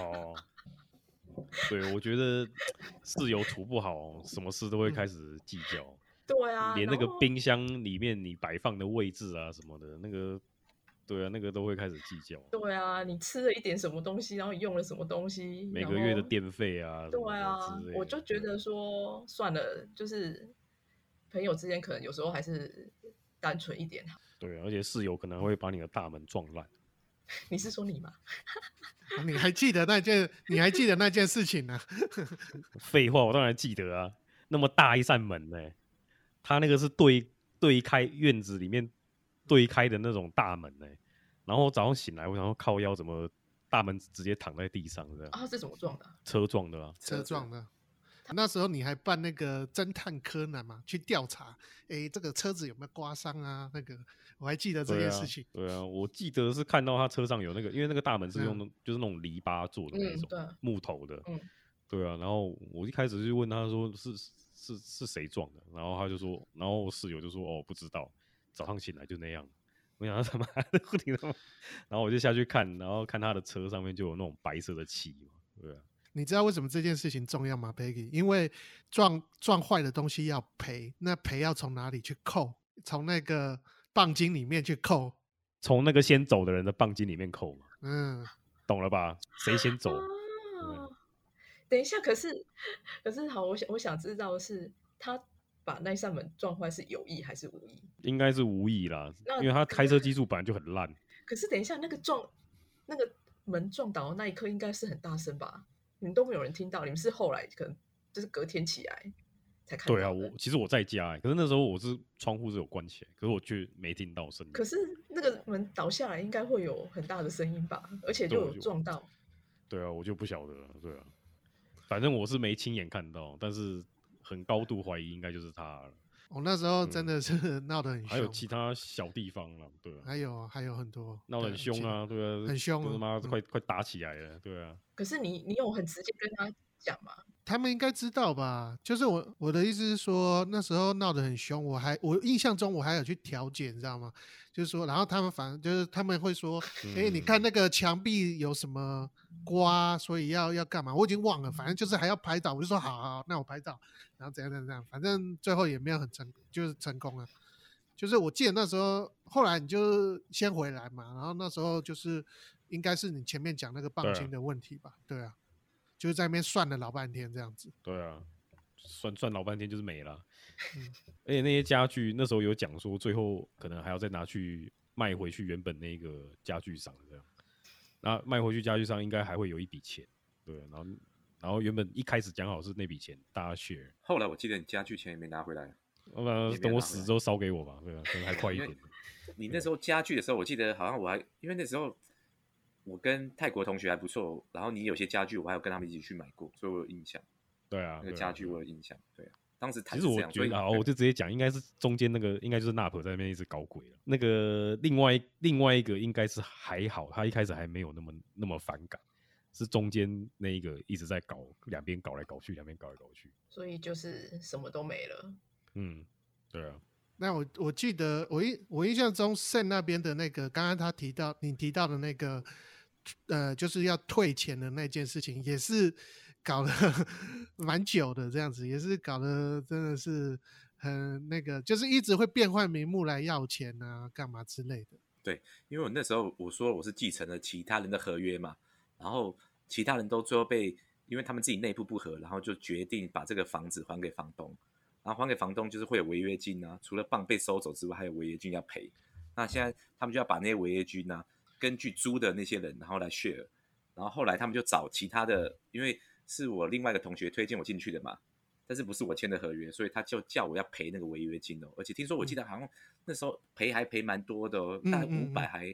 Speaker 4: 对，我觉得室友处不好，什么事都会开始计较。
Speaker 3: 对啊，
Speaker 4: 连那个冰箱里面你摆放的位置啊什么的，那个，对啊，那个都会开始计较。
Speaker 3: 对啊，你吃了一点什么东西，然后用了什么东西，
Speaker 4: 每个月的电费啊，
Speaker 3: 对啊，我就觉得说算了，就是朋友之间可能有时候还是单纯一点好。
Speaker 4: 对，而且室友可能会把你的大门撞烂。
Speaker 3: 你是说你吗？
Speaker 1: 你还记得那件事情呢？
Speaker 4: 废话，我当然记得啊，那么大一扇门呢，他那个是对开院子里面对开的那种大门呢。然后早上醒来，我想说靠腰怎么大门直接躺在地上这样？
Speaker 3: 啊，这怎么撞的？
Speaker 4: 车撞的啊，
Speaker 1: 车撞的。那时候你还办那个侦探柯南嘛，去调查，这个车子有没有刮伤啊？那个我还记得这件事情。
Speaker 4: 对啊，我记得是看到他车上有那个，因为那个大门是用就是那种篱笆做的那种木头的，对啊。然后我一开始就问他说是谁撞的，然后他就说，然后我室友就说不知道，早上醒来就那样。我想他妈的，然后我就下去看，然后看他的车上面就有那种白色的漆嘛，对啊。
Speaker 1: 你知道为什么这件事情重要吗 ，Peggy？ 因为撞坏的东西要赔，那赔要从哪里去扣？从那个磅斤里面去扣，
Speaker 4: 从那个先走的人的磅斤里面扣嘛。懂了吧？谁先走？
Speaker 3: 等一下，可是好，我想知道是他把那扇门撞坏是有意还是无意？
Speaker 4: 应该是无意啦，因为他开车技术本来就很烂。
Speaker 3: 可是等一下，那个门撞倒的那一刻应该是很大声吧？你们都没有人听到，你们是后来可能就是隔天起来才看到的。
Speaker 4: 对啊，其实我在家可是那时候我是窗户是有关起来，可是我却没听到声音。
Speaker 3: 可是那个门倒下来应该会有很大的声音吧？而且就有撞到。
Speaker 4: 对啊，我就不晓得了。对啊，反正我是没亲眼看到，但是很高度怀疑应该就是他了。
Speaker 1: 那时候真的是闹得很凶，
Speaker 4: 还有其他小地方了，对啊，
Speaker 1: 还有很多
Speaker 4: 闹得很凶啊，对啊，
Speaker 1: 很凶，
Speaker 4: 他妈快打起来了，对啊。
Speaker 3: 可是你有很直接跟他讲吗？
Speaker 1: 他们应该知道吧？就是我的意思是说，那时候闹得很凶，我印象中我还有去调解，你知道吗？就是说，然后他们反正就是他们会说，你看那个墙壁有什么刮，所以要干嘛？我已经忘了，反正就是还要拍照，我就说好，那我拍照，然后怎样，反正最后也没有就是成功了。就是我记得那时候，后来你就先回来嘛，然后那时候就是应该是你前面讲那个磅斤的问题吧？对啊。就是在那边算了老半天这样子。
Speaker 4: 对啊，算老半天就是没了。而且那些家具那时候有讲说，最后可能还要再拿去卖回去原本那个家具商这样。那卖回去家具商应该还会有一笔钱，对。然后原本一开始讲好是那笔钱大家 share，
Speaker 2: 后来我记得你家具钱也没拿回来。
Speaker 4: 等我死之后烧给我吧，对啊，可能还快一点。
Speaker 2: 你那时候家具的时候，我记得好像因为那时候我跟泰国同学还不错，然后你有些家具我还有跟他们一起去买过，所以我有印象。
Speaker 4: 对啊，
Speaker 2: 那个家具我有印象。对啊，当时谈
Speaker 4: 其实我觉得我就直接讲，应该是中间那个应该就是纳普在那边一直搞鬼了。那个另外一个应该是还好，他一开始还没有那么反感，是中间那一个一直在搞，两边搞来搞去，
Speaker 3: 所以就是什么都没了。
Speaker 4: 对啊。
Speaker 1: 那我记得我印象中 Sam 那边的那个，刚刚你提到的那个，就是要退钱的那件事情，也是搞了蛮久的，这样子也是搞得真的是很那个，就是一直会变换名目来要钱啊，干嘛之类的。
Speaker 2: 对，因为我那时候我说我是继承了其他人的合约嘛，然后其他人都最后因为他们自己内部不合，然后就决定把这个房子还给房东。然后还给房东就是会有违约金啊，除了磅被收走之外，还有违约金要赔。那现在他们就要把那些违约金啊，根据租的那些人，然后来 share。然后后来他们就找其他的，因为是我另外一个同学推荐我进去的嘛， 但是不是我签的合约，所以他就叫我要赔那个违约金哦。而且听说我记得好像那时候赔还赔蛮多的哦，大概500还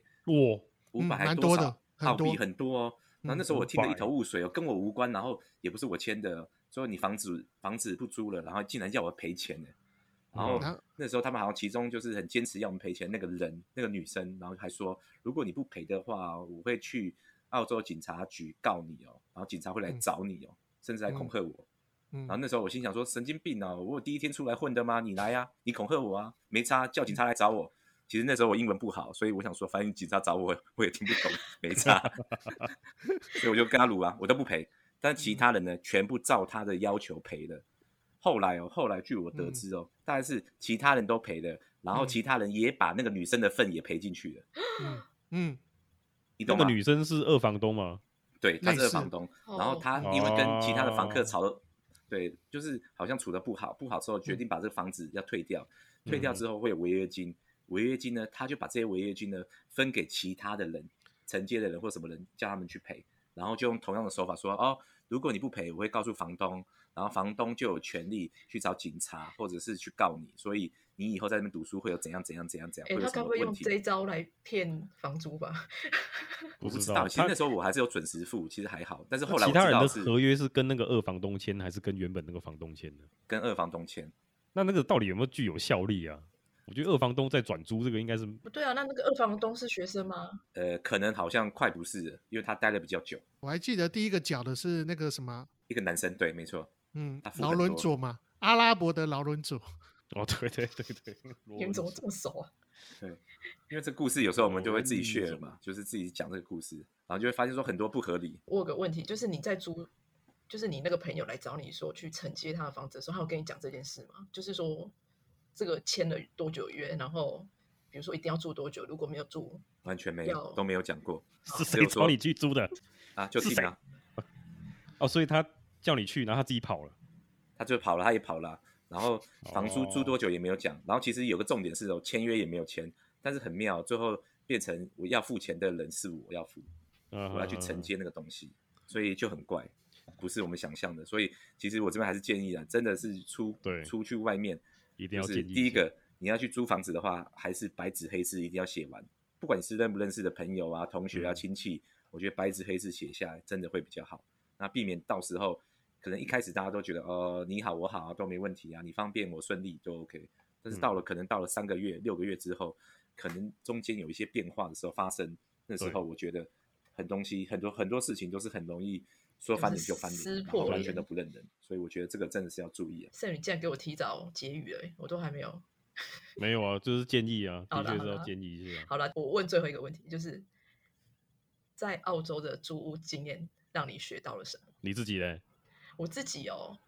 Speaker 2: 500还多少澳币，很多哦。然后那时候我听得一头雾水哦，跟我无关，然后也不是我签的，说你房子不租了，然后竟然要我赔钱呢。然后那时候他们好像其中就是很坚持要我们赔钱，那个女生，然后还说如果你不赔的话，我会去澳洲警察局告你哦，然后警察会来找你哦，甚至还恐吓我。然后那时候我心想说神经病哦，我有第一天出来混的吗？你来啊，你恐吓我啊，没差，叫警察来找我。其实那时候我英文不好，所以我想说反正警察找我我也听不懂，没差。所以我就跟他撸啊，我都不赔，但其他人呢全部照他的要求赔了。后来据我得知哦，大概是其他人都赔了，然后其他人也把那个女生的份也赔进去了。你懂吗？
Speaker 4: 那个女生是二房东吗？
Speaker 2: 对，她是二房东，然后她因为跟其他的房客对，就是好像处得不好之后决定把这个房子要退掉，退掉之后会有违约金，违约金呢，他就把这些违约金呢分给其他的人，承接的人或什么人，叫他们去赔，然后就用同样的手法说，哦，如果你不赔，我会告诉房东，然后房东就有权利去找警察或者是去告你，所以你以后在那边读书会有怎样，会有什么问题。
Speaker 3: 他该不会用这一招来骗房租吧？
Speaker 2: 我不知道，其实那时候我还是有准时付，其实还好。但是后来
Speaker 4: 其他人的合约是跟那个二房东签，还是跟原本那个房东签的？
Speaker 2: 跟二房东签。
Speaker 4: 那个到底有没有具有效力啊？我觉得二房东在转租这个应该是
Speaker 3: 不对啊。那个二房东是学生吗？
Speaker 2: 可能好像快不是了，因为他待的比较久。
Speaker 1: 我还记得第一个缴的是那个什么，
Speaker 2: 一个男生，对，没错。
Speaker 1: 劳伦佐嘛，阿拉伯的劳伦佐。
Speaker 4: 哦，对，
Speaker 3: 你们怎么这么熟啊？
Speaker 2: 对，因为这故事有时候我们就会自己share嘛，就是自己讲这个故事，然后就会发现说很多不合理。
Speaker 3: 我有个问题，就是你在租，就是你那个朋友来找你说去承接他的房子的时候，他有跟你讲这件事吗？就是说这个签了多久约，然后比如说一定要住多久，如果没有住，
Speaker 2: 完全没有，都没有讲过。
Speaker 4: 是谁找你去租的
Speaker 2: 啊？就听啊。
Speaker 4: 哦，所以他叫你去，然后他自己跑了。
Speaker 2: 他就跑了，他也跑了。然后房租租多久也没有讲，然后其实有个重点是签约也没有签，但是很妙，最后变成我要付钱的人是我要付，我要去承接那个东西，所以就很怪，不是我们想象的。所以其实我这边还是建议啊，真的是出去外面，
Speaker 4: 一定要建议。
Speaker 2: 第一个，你要去租房子的话，还是白纸黑字一定要写完，不管你是认不认识的朋友啊、同学啊、亲戚，我觉得白纸黑字写下来真的会比较好，那避免到时候。可能一开始大家都觉得你好我好啊都没问题啊，你方便我顺利都 OK， 但是可能到了3个月6个月之后，可能中间有一些变化的时候发生，那时候我觉得很多事情都是很容易说翻脸就翻脸，然后完全都不认人，所以我觉得这个真的是要注意啊。
Speaker 3: 圣宇竟然给我提早结语了，我都还没有。
Speaker 4: 没有啊，就是建议啊，的确是要建议一下。
Speaker 3: 好了，我问最后一个问题，就是在澳洲的租屋经验让你学到了什么？
Speaker 4: 你自己呢？
Speaker 3: 我自己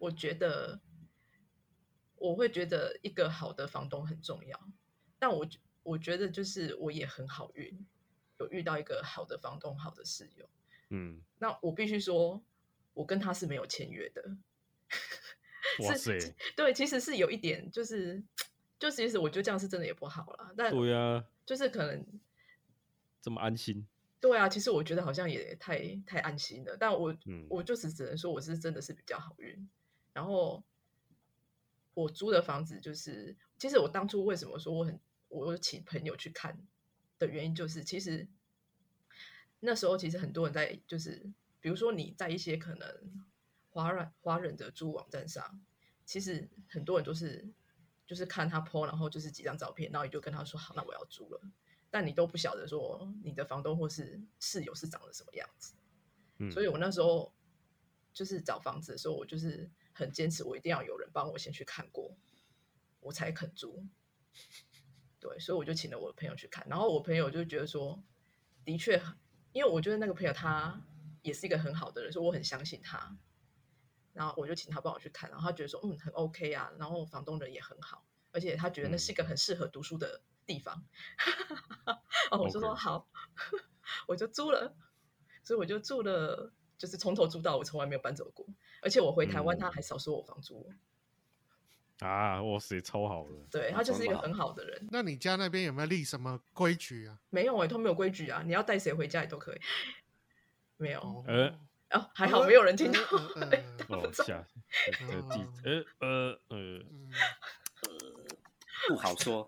Speaker 3: 我会觉得一个好的房东很重要，但我觉得就是我也很好运，有遇到一个好的房东、好的室友。那我必须说，我跟他是没有签约的。
Speaker 4: 哇塞，
Speaker 3: 对，其实是有一点，就其实我觉得这样是真的也不好啦。但
Speaker 4: 对啊，
Speaker 3: 就是可能
Speaker 4: 这么安心。
Speaker 3: 对啊，其实我觉得好像也太安心了，但我就是只能说我是真的是比较好运。然后我租的房子就是，其实我当初为什么说我请朋友去看的原因，就是其实那时候其实很多人在，就是比如说你在一些可能华人的租网站上，其实很多人都是就是看他 po， 然后就是几张照片，然后你就跟他说好，那我要租了。但你都不晓得说你的房东或是室友是长得什么样子，所以我那时候就是找房子的时候，我就是很坚持，我一定要有人帮我先去看过，我才肯租。对，所以我就请了我的朋友去看，然后我朋友就觉得说，的确，因为我觉得那个朋友他也是一个很好的人，所以我很相信他，然后我就请他帮我去看，然后他觉得说很 OK 啊，然后房东人也很好，而且他觉得那是一个很适合读书的地方。然后我就说好，我就租了，所以我就住了，就是从头住到我从来没有搬走过，而且我回台湾他还少收我房租。
Speaker 4: 啊，哇塞，超好的。
Speaker 3: 对，他就是一个很好的人。
Speaker 1: 那你家那边有没有立什么规矩啊？
Speaker 3: 没有都没有规矩啊，你要带谁回家也都可以。没有。
Speaker 4: 还
Speaker 3: 好没有人听到。
Speaker 2: 不好说。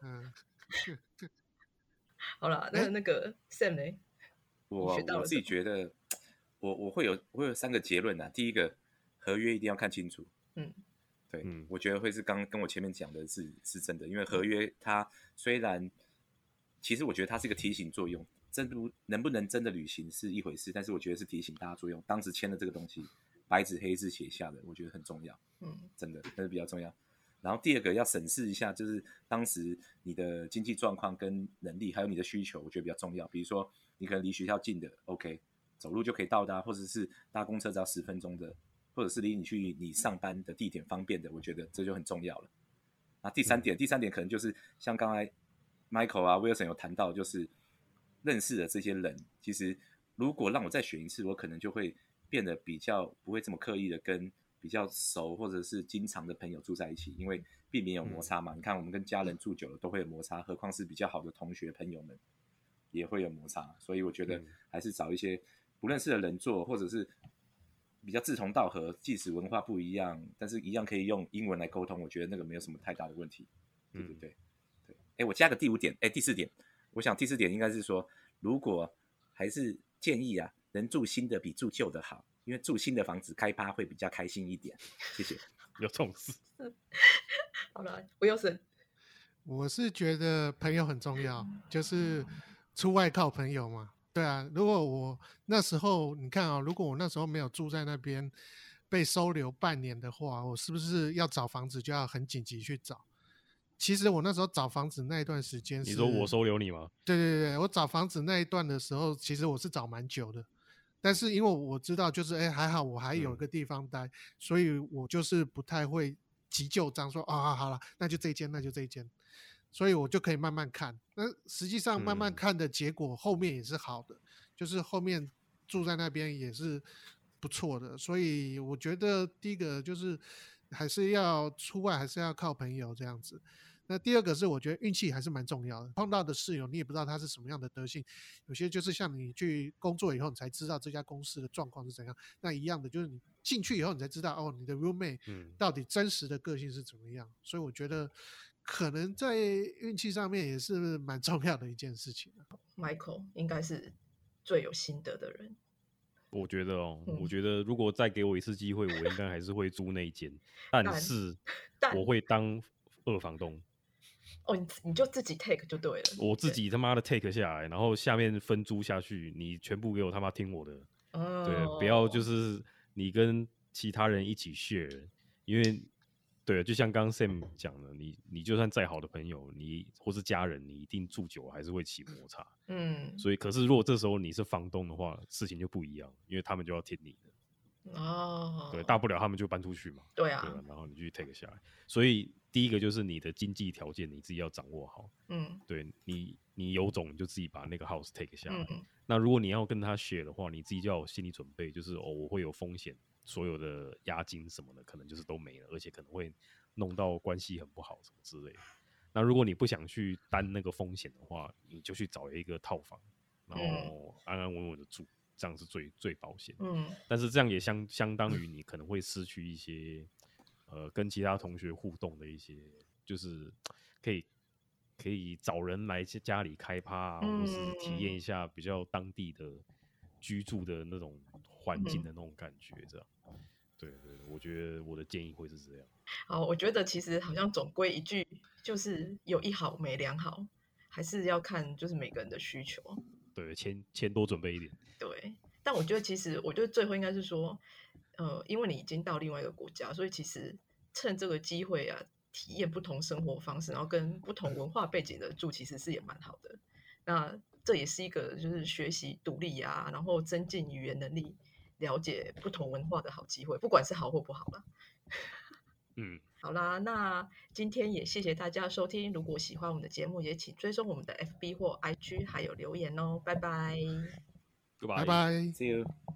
Speaker 3: 好了，那个 Sam 呢？
Speaker 2: 我自己觉得，我会有3个结论啊。第一个，合约一定要看清楚。对，我觉得会是跟我前面讲的是真的，因为合约它虽然，其实我觉得它是一个提醒作用，能不能真的履行是一回事，但是我觉得是提醒大家作用。当时签的这个东西，白纸黑字写下的，我觉得很重要。真的，那是比较重要。然后第二个要审视一下，就是当时你的经济状况跟能力，还有你的需求，我觉得比较重要。比如说你可能离学校近的 ，OK， 走路就可以到的，或者是搭公车只要10分钟的，或者是离你去你上班的地点方便的，我觉得这就很重要了。那第三点可能就是像刚才 Michael 啊 Wilson 有谈到，就是认识的这些人，其实如果让我再选一次，我可能就会变得比较不会这么刻意的跟比较熟或者是经常的朋友住在一起，因为避免有摩擦嘛。你看我们跟家人住久了都会有摩擦，何况是比较好的同学朋友们也会有摩擦。所以我觉得还是找一些不认识的人做，或者是比较志同道合，即使文化不一样，但是一样可以用英文来沟通，我觉得那个没有什么太大的问题。对。我加个第4点，我想第4点应该是说，如果还是建议啊，能住新的比住旧的好。因为住新的房子开趴会比较开心一点。谢谢。
Speaker 4: 有这种事？
Speaker 3: 好了，Wilson，
Speaker 1: 我是觉得朋友很重要，就是出外靠朋友嘛。对啊，如果我那时候你看啊，如果我那时候没有住在那边，被收留半年的话，我是不是要找房子就要很紧急去找？其实我那时候找房子那一段时间是，
Speaker 4: 你说我收留你吗？
Speaker 1: 对，我找房子那一段的时候，其实我是找蛮久的。但是因为我知道，就是还好我还有一个地方待，所以我就是不太会急就章说好了，那就这一间，所以我就可以慢慢看。那实际上慢慢看的结果，后面也是好的，就是后面住在那边也是不错的。所以我觉得第一个就是还是要出外，还是要靠朋友这样子。那第二个是我觉得运气还是蛮重要的，碰到的室友你也不知道他是什么样的德性，有些就是像你去工作以后你才知道这家公司的状况是怎样，那一样的就是你进去以后你才知道你的 roommate 到底真实的个性是怎么样。所以我觉得可能在运气上面也是蛮重要的一件事情。
Speaker 3: Michael 应该是最有心得的人。
Speaker 4: 我觉得我觉得如果再给我一次机会，我应该还是会租那一间，但是我会当2房东。
Speaker 3: 你就自己 take 就对了。
Speaker 4: 我自己他妈的 take 下来，然后下面分租下去，你全部给我他妈听我的。对，不要就是你跟其他人一起 share， 因为对，就像刚刚 Sam 讲的，你就算再好的朋友，你或是家人，你一定住久还是会起摩擦。所以可是如果这时候你是房东的话，事情就不一样，因为他们就要听你的。对，大不了他们就搬出去嘛。
Speaker 3: 对啊，
Speaker 4: 然后你去 take 下来。所以第一个就是你的经济条件你自己要掌握好。对，你有种你就自己把那个 house take 下来。那如果你要跟他 share 的话，你自己就要有心理准备，就是我会有风险，所有的押金什么的可能就是都没了，而且可能会弄到关系很不好什么之类的。那如果你不想去担那个风险的话，你就去找一个套房，然后安安稳稳的住。这样是最保险。但是这样也相当于你可能会失去一些跟其他同学互动的一些，就是可以找人来家里开趴或是体验一下比较当地的居住的那种环境的那种感觉，这样。对，我觉得我的建议会是这样。
Speaker 3: 好，我觉得其实好像总归一句，就是有一好没两好，还是要看就是每个人的需求。
Speaker 4: 对，钱多准备一点。
Speaker 3: 对，但我觉得最后应该是说，因为你已经到另外一个国家，所以其实趁这个机会啊，体验不同生活方式，然后跟不同文化背景的住，其实是也蛮好的。那这也是一个就是学习独立啊，然后增进语言能力，了解不同文化的好机会，不管是好或不好啦。好啦，那今天也谢谢大家收听。如果喜欢我们的节目，也请追踪我们的 FB 或 IG，还有留言哦。拜拜。
Speaker 4: Goodbye.
Speaker 1: Bye bye.
Speaker 2: See you.